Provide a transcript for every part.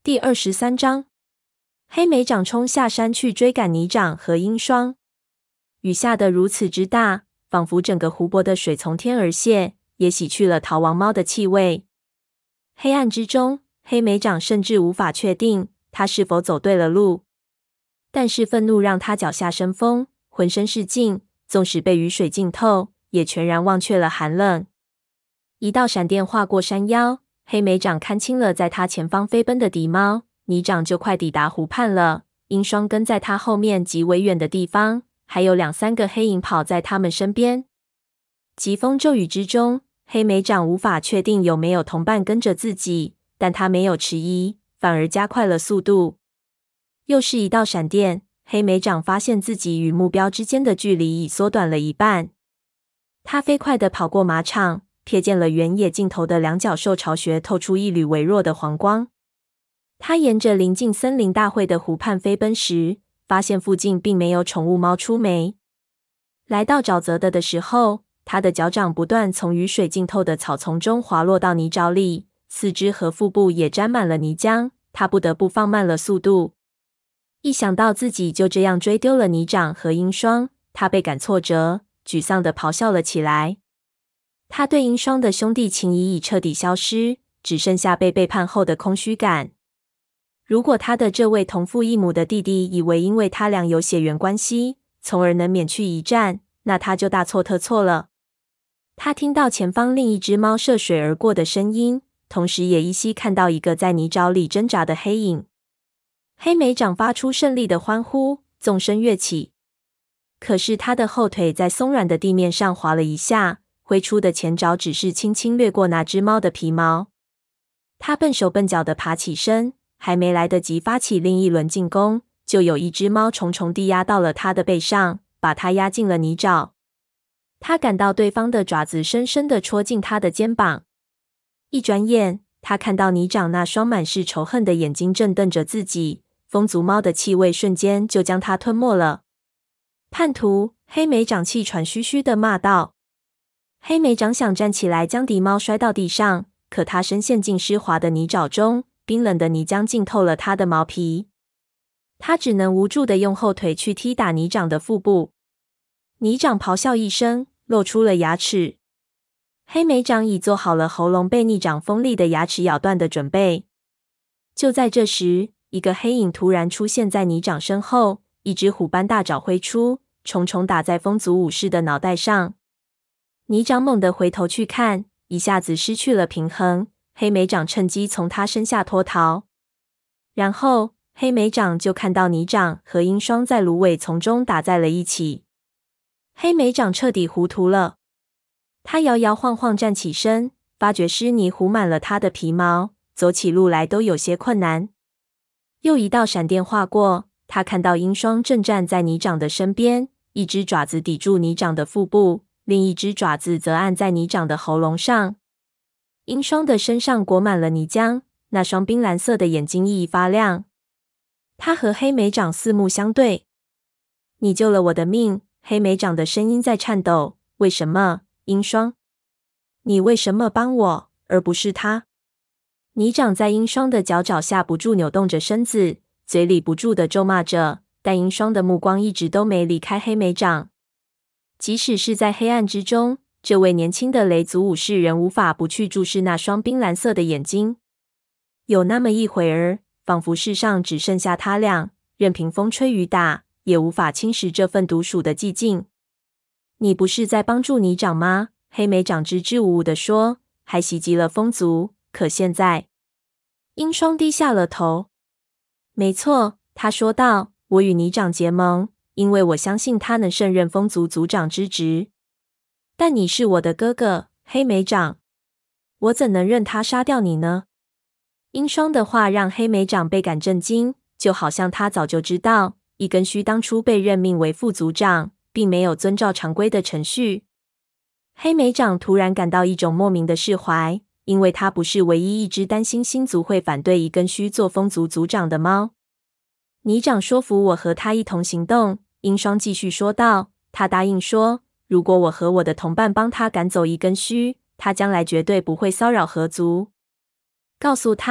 第23章，黑莓长冲下山去追赶泥长和鹰霜。雨下得如此之大，仿佛整个湖泊的水从天而泻，也洗去了逃亡猫的气味。黑暗之中，黑莓长甚至无法确定他是否走对了路。但是愤怒让他脚下生风，浑身是劲，纵使被雨水浸透，也全然忘却了寒冷。一道闪电划过山腰，黑莓长看清了在他前方飞奔的敌猫，泥长就快抵达湖畔了。鹰霜跟在他后面极为远的地方，还有2-3个黑影跑在他们身边。疾风骤雨之中，黑莓长无法确定有没有同伴跟着自己，但他没有迟疑，反而加快了速度。又是一道闪电，黑莓长发现自己与目标之间的距离已缩短了一半。他飞快地跑过马场，瞥见了原野尽头的两角兽巢穴透出一缕微弱的黄光。他沿着临近森林大会的湖畔飞奔时，发现附近并没有宠物猫出没。来到沼泽的时候，他的脚掌不断从雨水浸透的草丛中滑落到泥沼里，四肢和腹部也沾满了泥浆，他不得不放慢了速度。一想到自己就这样追丢了泥长和鹰霜，他倍感挫折，沮丧地咆哮了起来。他对鹰霜的兄弟情谊已彻底消失，只剩下被背叛后的空虚感。如果他的这位同父异母的弟弟以为因为他俩有血缘关系，从而能免去一战，那他就大错特错了。他听到前方另一只猫涉水而过的声音，同时也依稀看到一个在泥沼里挣扎的黑影。黑莓长发出胜利的欢呼，纵身跃起。可是他的后腿在松软的地面上滑了一下，挥出的前爪只是轻轻掠过那只猫的皮毛。他笨手笨脚地爬起身，还没来得及发起另一轮进攻，就有一只猫重重地压到了他的背上，把他压进了泥沼。他感到对方的爪子深深地戳进他的肩膀。一转眼，他看到泥长那双满是仇恨的眼睛正瞪着自己，风族猫的气味瞬间就将他吞没了。叛徒！黑莓长气喘吁吁地骂道。黑莓长想站起来将敌猫摔到地上，可他深陷进湿滑的泥沼中，冰冷的泥浆浸透了他的毛皮。他只能无助地用后腿去踢打泥长的腹部。泥长咆哮一声，露出了牙齿。黑莓长已做好了喉咙被泥长锋利的牙齿咬断的准备。就在这时，一个黑影突然出现在泥长身后，一只虎斑大爪挥出，重重打在风族武士的脑袋上。泥长猛地回头去看，一下子失去了平衡，黑莓长趁机从他身下脱逃。然后黑莓长就看到泥长和鹰霜在芦苇丛中打在了一起。黑莓长彻底糊涂了。他摇摇晃晃站起身，发觉湿泥糊满了他的皮毛，走起路来都有些困难。又一道闪电划过，他看到鹰霜正站在泥长的身边，一只爪子抵住泥长的腹部，另一只爪子则按在泥长的喉咙上。鹰霜的身上裹满了泥浆，那双冰蓝色的眼睛熠熠发亮。他和黑莓长四目相对。你救了我的命，黑莓长的声音在颤抖。为什么，鹰霜？你为什么帮我，而不是他？泥长在鹰霜的脚爪下不住扭动着身子，嘴里不住地咒骂着，但鹰霜的目光一直都没离开黑莓长。即使是在黑暗之中，这位年轻的雷族武士仍无法不去注视那双冰蓝色的眼睛。有那么一会儿，仿佛世上只剩下他俩，任凭风吹雨打，也无法侵蚀这份独属的寂静。你不是在帮助泥长吗？黑莓长支支吾吾地说，还袭击了风族，可现在……鹰霜低下了头。没错，他说道，我与泥长结盟，因为我相信他能胜任风族族长之职。但你是我的哥哥，黑莓长，我怎能任他杀掉你呢？鹰霜的话让黑莓长倍感震惊，就好像他早就知道，一根须当初被任命为副族长，并没有遵照常规的程序。黑莓长突然感到一种莫名的释怀，因为他不是唯一一只担心星族会反对一根须做风族族长的猫。泥长说服我和他一同行动，鹰霜继续说道，他答应说，如果我和我的同伴帮他赶走一根须，他将来绝对不会骚扰河族。告诉他，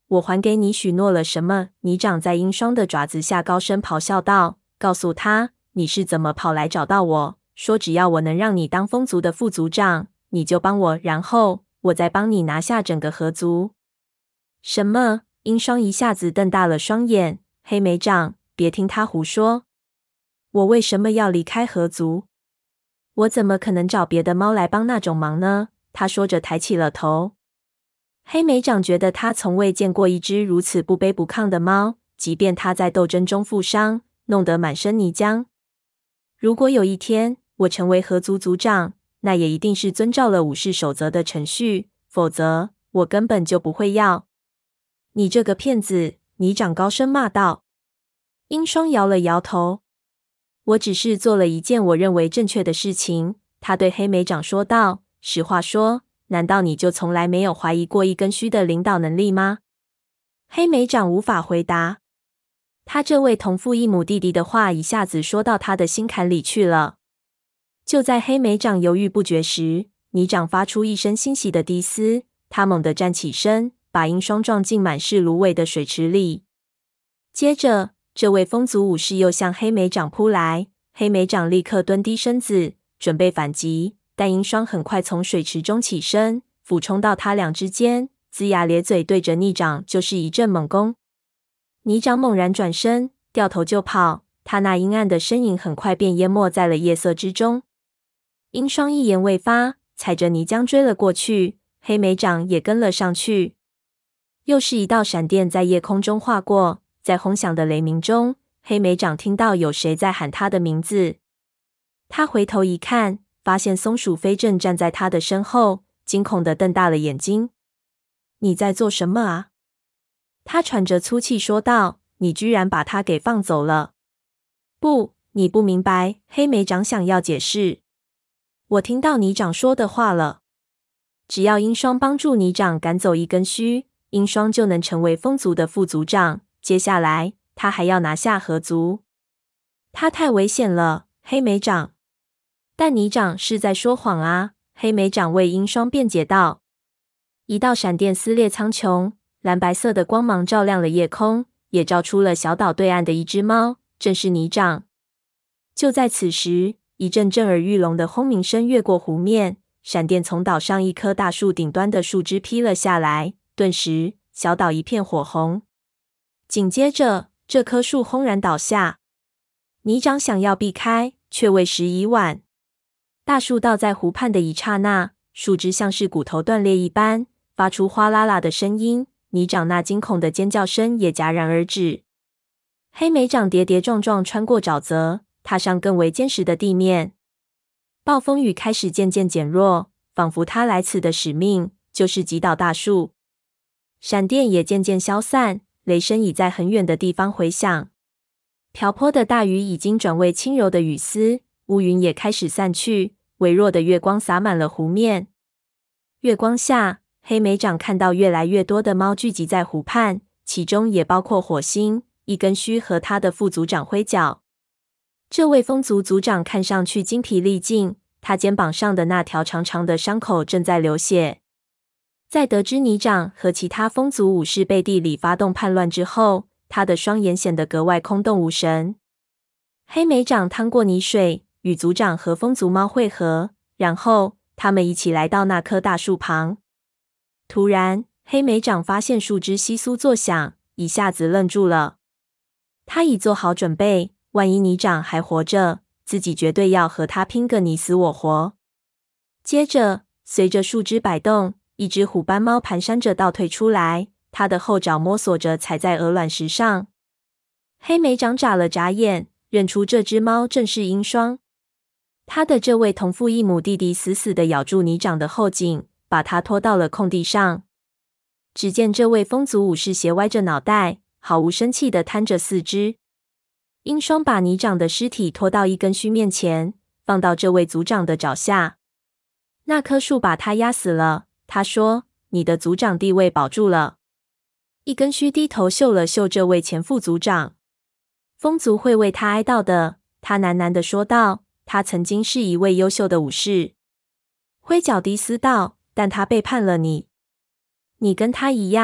我还给你许诺了什么？泥掌在鹰双的爪子下高声咆哮道，告诉他你是怎么跑来找到我，说只要我能让你当风族的副族长，你就帮我，然后我再帮你拿下整个河族。什么？鹰双一下子瞪大了双眼，黑莓掌，别听他胡说。我为什么要离开河族？我怎么可能找别的猫来帮那种忙呢？他说着抬起了头。黑莓掌觉得他从未见过一只如此不卑不亢的猫，即便他在斗争中负伤，弄得满身泥浆。如果有一天我成为河族族长，那也一定是遵照了武士守则的程序，否则我根本就不会要。你这个骗子！泥掌高声骂道。鹰双摇了摇头。我只是做了一件我认为正确的事情，他对黑莓掌说道。实话说，难道你就从来没有怀疑过一根须的领导能力吗？黑莓掌无法回答。他这位同父异母弟弟的话一下子说到他的心坎里去了。就在黑莓掌犹豫不决时，泥掌发出一声欣喜的低嘶，他猛地站起身，把鹰双撞进满是芦苇的水池里。接着，这位风族武士又向黑莓掌扑来，黑莓掌立刻蹲低身子，准备反击，但鹰双很快从水池中起身，俯冲到他俩之间，龇牙咧嘴对着泥掌就是一阵猛攻。泥掌猛然转身，掉头就跑，他那阴暗的身影很快便淹没在了夜色之中。鹰双一言未发，踩着泥浆追了过去，黑莓掌也跟了上去。又是一道闪电在夜空中划过，在轰响的雷鸣中，黑莓掌听到有谁在喊他的名字。他回头一看，发现松鼠飞正站在他的身后，惊恐地瞪大了眼睛。你在做什么啊？他喘着粗气说道，你居然把他给放走了。不，你不明白，黑莓掌想要解释。我听到泥掌说的话了。只要鹰双帮助泥掌赶走一根须，鹰双就能成为风族的副族长。接下来，他还要拿下河族。他太危险了，黑莓掌。但泥掌是在说谎啊！黑莓掌为鹰双辩解道。一道闪电撕裂苍穹，蓝白色的光芒照亮了夜空，也照出了小岛对岸的一只猫，正是泥掌。就在此时，一阵震耳欲聋的轰鸣声越过湖面，闪电从岛上一棵大树顶端的树枝劈了下来，顿时小岛一片火红。紧接着，这棵树轰然倒下。泥掌想要避开，却为时已晚。大树倒在湖畔的一刹那，树枝像是骨头断裂一般，发出哗啦啦的声音，泥掌那惊恐的尖叫声也戛然而止。黑莓掌跌跌撞撞穿过沼泽，踏上更为坚实的地面。暴风雨开始渐渐减弱，仿佛他来此的使命就是击倒大树。闪电也渐渐消散，雷声已在很远的地方回响。瓢泼的大雨已经转为轻柔的雨丝，乌云也开始散去，微弱的月光洒满了湖面。月光下，黑莓掌看到越来越多的猫聚集在湖畔，其中也包括火星、一根须和他的副族长灰角。这位风族族长看上去精疲力尽，他肩膀上的那条长长的伤口正在流血。在得知泥掌和其他风族武士背地里发动叛乱之后，他的双眼显得格外空洞无神。黑莓掌趟过泥水，与族长和风族猫会合，然后他们一起来到那棵大树旁。突然，黑莓掌发现树枝窸窣作响，一下子愣住了。他已做好准备，万一泥掌还活着，自己绝对要和他拼个你死我活。接着，随着树枝摆动，一只虎斑猫蹒跚着倒退出来，它的后爪摸索着踩在鹅卵石上。黑莓掌眨了眨眼，认出这只猫正是鹰双。他的这位同父异母弟弟死死地咬住泥掌的后颈，把他拖到了空地上。只见这位风族武士斜歪着脑袋，毫无生气地摊着四肢。鹰双把泥掌的尸体拖到一根须面前，放到这位族长的脚下。那棵树把他压死了，他说：“你的族长地位保住了。”一根须低头嗅了嗅这位前副族长。风族会为他哀悼的，他喃喃地说道。他曾经是一位优秀的武士。灰角低嘶道，但他背叛了你。你跟他一样，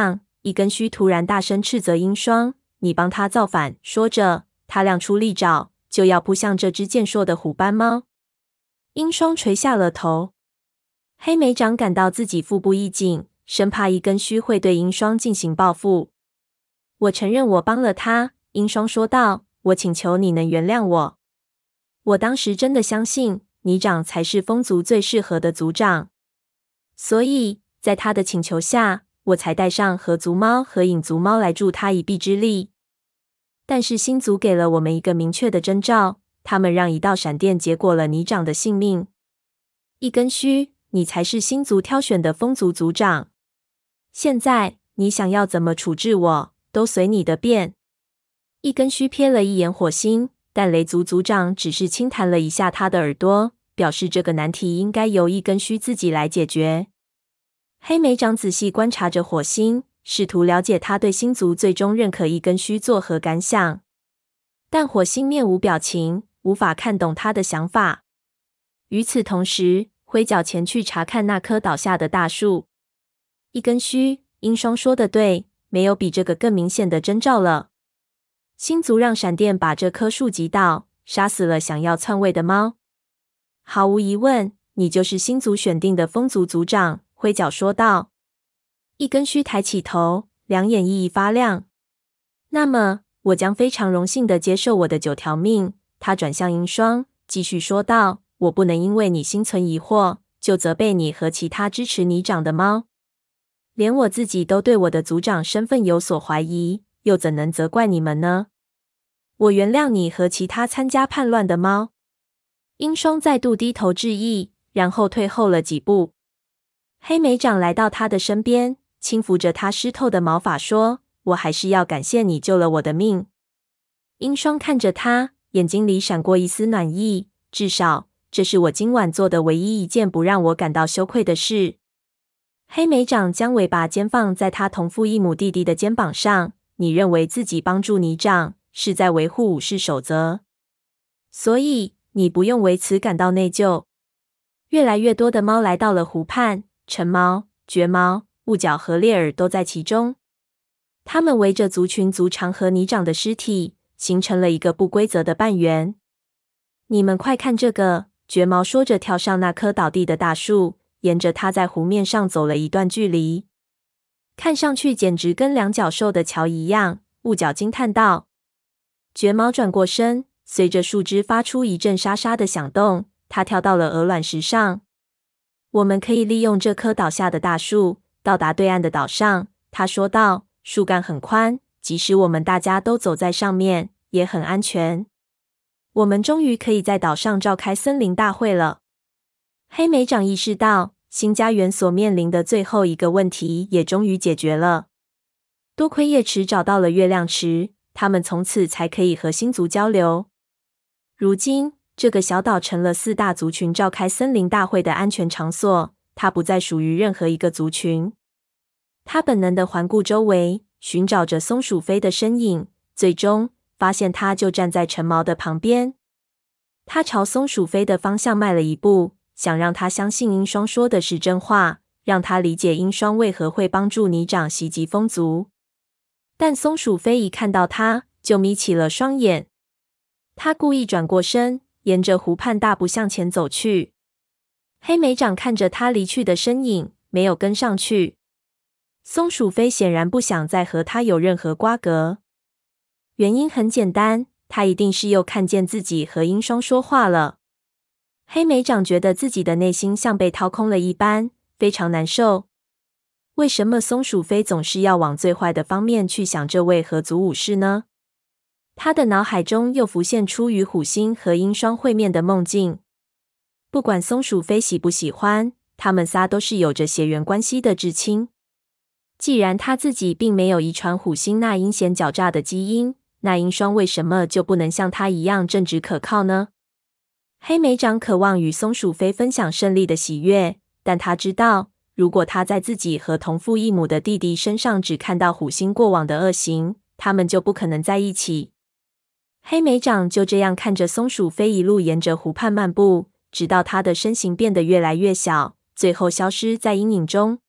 一根须突然大声斥责鹰双：“你帮他造反！”说着，他亮出利爪，就要扑向这只健硕的虎斑猫。鹰双垂下了头。黑莓长感到自己腹部一紧，生怕一根须会对鹰双进行报复。我承认我帮了他，鹰双说道。我请求你能原谅我。我当时真的相信泥长才是风族最适合的族长，所以在他的请求下，我才带上河族猫和影族猫来助他一臂之力。但是星族给了我们一个明确的征兆，他们让一道闪电结果了泥长的性命。一根须，你才是星族挑选的风族族长。现在你想要怎么处置我，都随你的便。一根须瞥了一眼火星，但雷族族长只是轻弹了一下他的耳朵，表示这个难题应该由一根须自己来解决。黑莓长仔细观察着火星，试图了解他对星族最终认可一根须作何感想。但火星面无表情，无法看懂他的想法。与此同时，挥脚前去查看那棵倒下的大树。一根须，鹰双说的对，没有比这个更明显的征兆了。星族让闪电把这棵树击倒，杀死了想要篡位的猫。毫无疑问，你就是星族选定的风族族长，挥脚说道。一根须抬起头，两眼熠熠发亮。那么，我将非常荣幸地接受我的9条命。他转向鹰双，继续说道。我不能因为你心存疑惑，就责备你和其他支持你长的猫。连我自己都对我的族长身份有所怀疑，又怎能责怪你们呢？我原谅你和其他参加叛乱的猫。鹰双再度低头致意，然后退后了几步。黑莓长来到他的身边，轻抚着他湿透的毛发说：“我还是要感谢你救了我的命。”鹰双看着他，眼睛里闪过一丝暖意。至少，这是我今晚做的唯一一件不让我感到羞愧的事。黑莓长将尾巴肩放在他同父异母弟弟的肩膀上。你认为自己帮助泥长，是在维护武士守则，所以你不用为此感到内疚。越来越多的猫来到了湖畔，橙猫、蕨猫、雾角和猎耳都在其中。它们围着族群族长和泥长的尸体，形成了一个不规则的半圆。你们快看这个！蕨毛说着跳上那棵倒地的大树，沿着它在湖面上走了一段距离。看上去简直跟两脚兽的桥一样，雾角惊叹道。蕨毛转过身，随着树枝发出一阵沙沙的响动，它跳到了鹅卵石上。我们可以利用这棵倒下的大树，到达对岸的岛上，他说道。树干很宽，即使我们大家都走在上面，也很安全。我们终于可以在岛上召开森林大会了。黑莓长意识到，新家园所面临的最后一个问题也终于解决了。多亏夜池找到了月亮池，他们从此才可以和星族交流。如今，这个小岛成了4大族群召开森林大会的安全场所，它不再属于任何一个族群。他本能地环顾周围，寻找着松鼠飞的身影，最终发现它就站在橙毛的旁边。他朝松鼠飞的方向迈了一步，想让他相信鹰双说的是真话，让他理解鹰双为何会帮助泥长袭击风族。但松鼠飞一看到他，就眯起了双眼。他故意转过身，沿着湖畔大步向前走去。黑莓长看着他离去的身影，没有跟上去。松鼠飞显然不想再和他有任何瓜葛。原因很简单，他一定是又看见自己和鹰双说话了。黑莓长觉得自己的内心像被掏空了一般，非常难受。为什么松鼠飞总是要往最坏的方面去想这位河族武士呢？他的脑海中又浮现出与虎星和鹰双会面的梦境。不管松鼠飞喜不喜欢，他们仨都是有着血缘关系的至亲。既然他自己并没有遗传虎星那阴险狡诈的基因，那鹰双为什么就不能像他一样正直可靠呢？黑莓长渴望与松鼠飞分享胜利的喜悦，但他知道，如果他在自己和同父异母的弟弟身上只看到虎星过往的恶行，他们就不可能在一起。黑莓长就这样看着松鼠飞一路沿着湖畔漫步，直到他的身形变得越来越小，最后消失在阴影中。